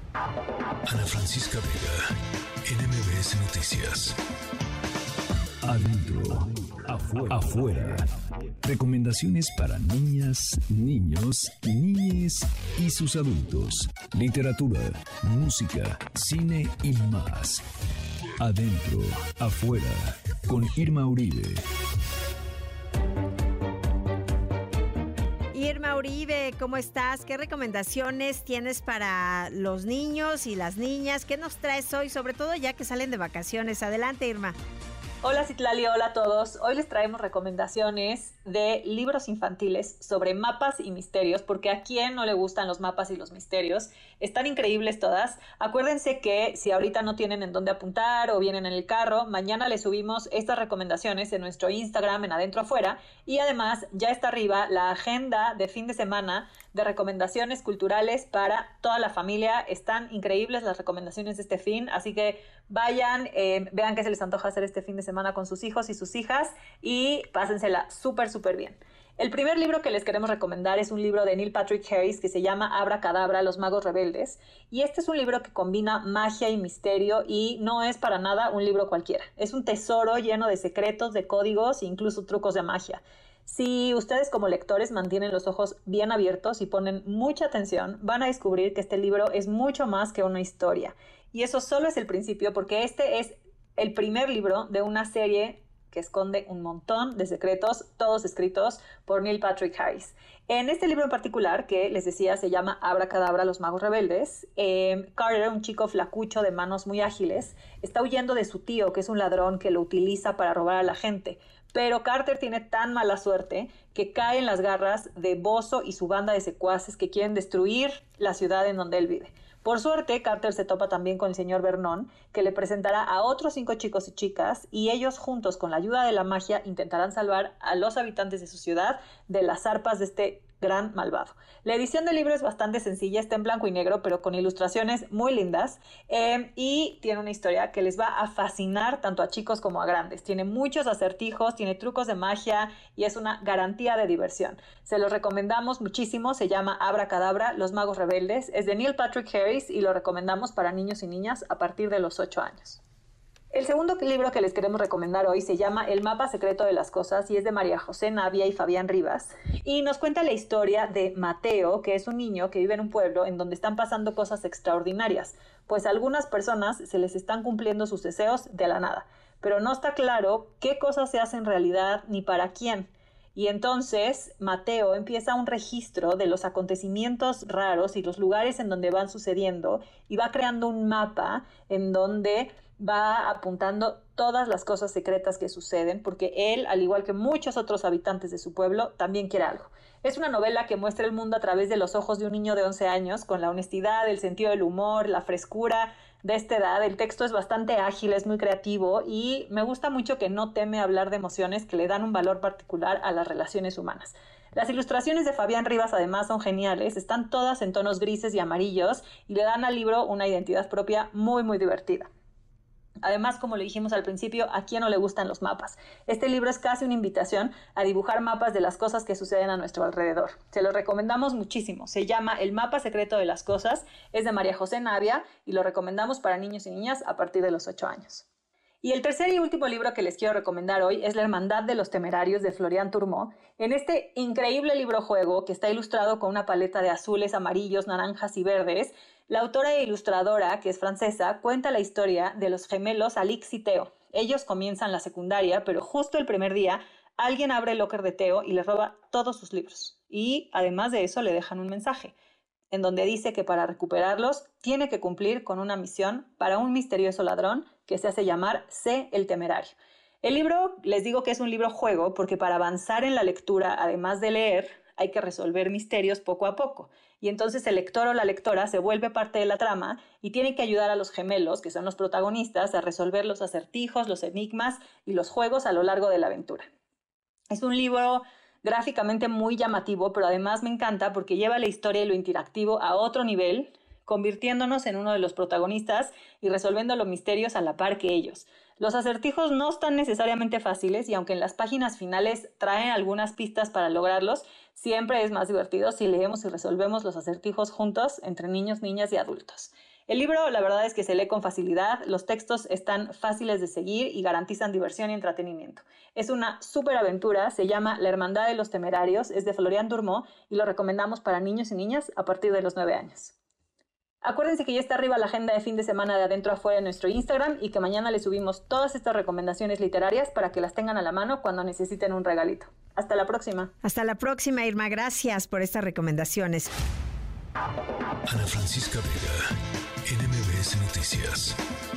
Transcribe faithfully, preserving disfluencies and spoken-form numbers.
Ana Francisca Vega, N M B S Noticias. Adentro, afuera, afuera. Recomendaciones para niñas, niños, niñes y sus adultos. Literatura, música, cine y más. Adentro, afuera, con Irma Uribe. Irma Uribe, ¿cómo estás? ¿Qué recomendaciones tienes para los niños y las niñas? ¿Qué nos traes hoy? Sobre todo ya que salen de vacaciones. Adelante, Irma. Hola Citlali, hola a todos. Hoy les traemos recomendaciones de libros infantiles sobre mapas y misterios, porque a quién no le gustan los mapas y los misterios. Están increíbles todas. Acuérdense que si ahorita no tienen en dónde apuntar o vienen en el carro, mañana les subimos estas recomendaciones en nuestro Instagram en Adentro Afuera, y además ya está arriba la agenda de fin de semana de recomendaciones culturales para toda la familia. Están increíbles las recomendaciones de este fin, así que vayan, eh, vean qué se les antoja hacer este fin de semana con sus hijos y sus hijas y pásensela súper, súper bien. El primer libro que les queremos recomendar es un libro de Neil Patrick Harris que se llama Abracadabra, los magos rebeldes, y este es un libro que combina magia y misterio y no es para nada un libro cualquiera. Es un tesoro lleno de secretos, de códigos e incluso trucos de magia. Si ustedes como lectores mantienen los ojos bien abiertos y ponen mucha atención, van a descubrir que este libro es mucho más que una historia. Y eso solo es el principio, porque este es el primer libro de una serie que esconde un montón de secretos, todos escritos por Neil Patrick Harris. En este libro en particular, que les decía se llama Abracadabra, los magos rebeldes, eh, Carter, un chico flacucho de manos muy ágiles, está huyendo de su tío, que es un ladrón que lo utiliza para robar a la gente. Pero Carter tiene tan mala suerte que cae en las garras de Bozo y su banda de secuaces que quieren destruir la ciudad en donde él vive. Por suerte, Carter se topa también con el señor Vernon, que le presentará a otros cinco chicos y chicas, y ellos juntos, con la ayuda de la magia, intentarán salvar a los habitantes de su ciudad de las zarpas de este gran malvado. La edición del libro es bastante sencilla, está en blanco y negro, pero con ilustraciones muy lindas, eh, y tiene una historia que les va a fascinar tanto a chicos como a grandes. Tiene muchos acertijos, tiene trucos de magia y es una garantía de diversión. Se los recomendamos muchísimo, se llama Abracadabra, los magos rebeldes, es de Neil Patrick Harris y lo recomendamos para niños y niñas a partir de los ocho años. El segundo libro que les queremos recomendar hoy se llama El mapa secreto de las cosas y es de María José Navia y Fabián Rivas, y nos cuenta la historia de Mateo, que es un niño que vive en un pueblo en donde están pasando cosas extraordinarias, pues a algunas personas se les están cumpliendo sus deseos de la nada, pero no está claro qué cosas se hacen realidad ni para quién. Y entonces Mateo empieza un registro de los acontecimientos raros y los lugares en donde van sucediendo y va creando un mapa en donde va apuntando todas las cosas secretas que suceden, porque él, al igual que muchos otros habitantes de su pueblo, también quiere algo. Es una novela que muestra el mundo a través de los ojos de un niño de once años, con la honestidad, el sentido del humor, la frescura de esta edad. El texto es bastante ágil, es muy creativo y me gusta mucho que no teme hablar de emociones que le dan un valor particular a las relaciones humanas. Las ilustraciones de Fabián Rivas además son geniales, están todas en tonos grises y amarillos y le dan al libro una identidad propia muy muy divertida. Además, como le dijimos al principio, ¿a quién no le gustan los mapas? Este libro es casi una invitación a dibujar mapas de las cosas que suceden a nuestro alrededor. Se lo recomendamos muchísimo. Se llama El mapa secreto de las cosas, es de María José Navia y lo recomendamos para niños y niñas a partir de los ocho años. Y el tercer y último libro que les quiero recomendar hoy es La Hermandad de los Temerarios de Florian Tourmont. En este increíble libro juego que está ilustrado con una paleta de azules, amarillos, naranjas y verdes, la autora e ilustradora, que es francesa, cuenta la historia de los gemelos Alix y Theo. Ellos comienzan la secundaria, pero justo el primer día alguien abre el locker de Theo y le roba todos sus libros. Y además de eso le dejan un mensaje, en donde dice que para recuperarlos tiene que cumplir con una misión para un misterioso ladrón que se hace llamar C. el Temerario. El libro, les digo que es un libro juego porque para avanzar en la lectura, además de leer, hay que resolver misterios poco a poco. Y entonces el lector o la lectora se vuelve parte de la trama y tiene que ayudar a los gemelos, que son los protagonistas, a resolver los acertijos, los enigmas y los juegos a lo largo de la aventura. Es un libro gráficamente muy llamativo, pero además me encanta porque lleva la historia y lo interactivo a otro nivel, convirtiéndonos en uno de los protagonistas y resolviendo los misterios a la par que ellos. Los acertijos no están necesariamente fáciles y aunque en las páginas finales traen algunas pistas para lograrlos, siempre es más divertido si leemos y resolvemos los acertijos juntos entre niños, niñas y adultos. El libro, la verdad es que se lee con facilidad, los textos están fáciles de seguir y garantizan diversión y entretenimiento. Es una súper aventura, se llama La Hermandad de los Temerarios, es de Florian Durmó y lo recomendamos para niños y niñas a partir de los nueve años. Acuérdense que ya está arriba la agenda de fin de semana de Adentro Afuera en nuestro Instagram y que mañana les subimos todas estas recomendaciones literarias para que las tengan a la mano cuando necesiten un regalito. Hasta la próxima. Hasta la próxima, Irma. Gracias por estas recomendaciones. Ana Francisca Vega, N M B S Noticias.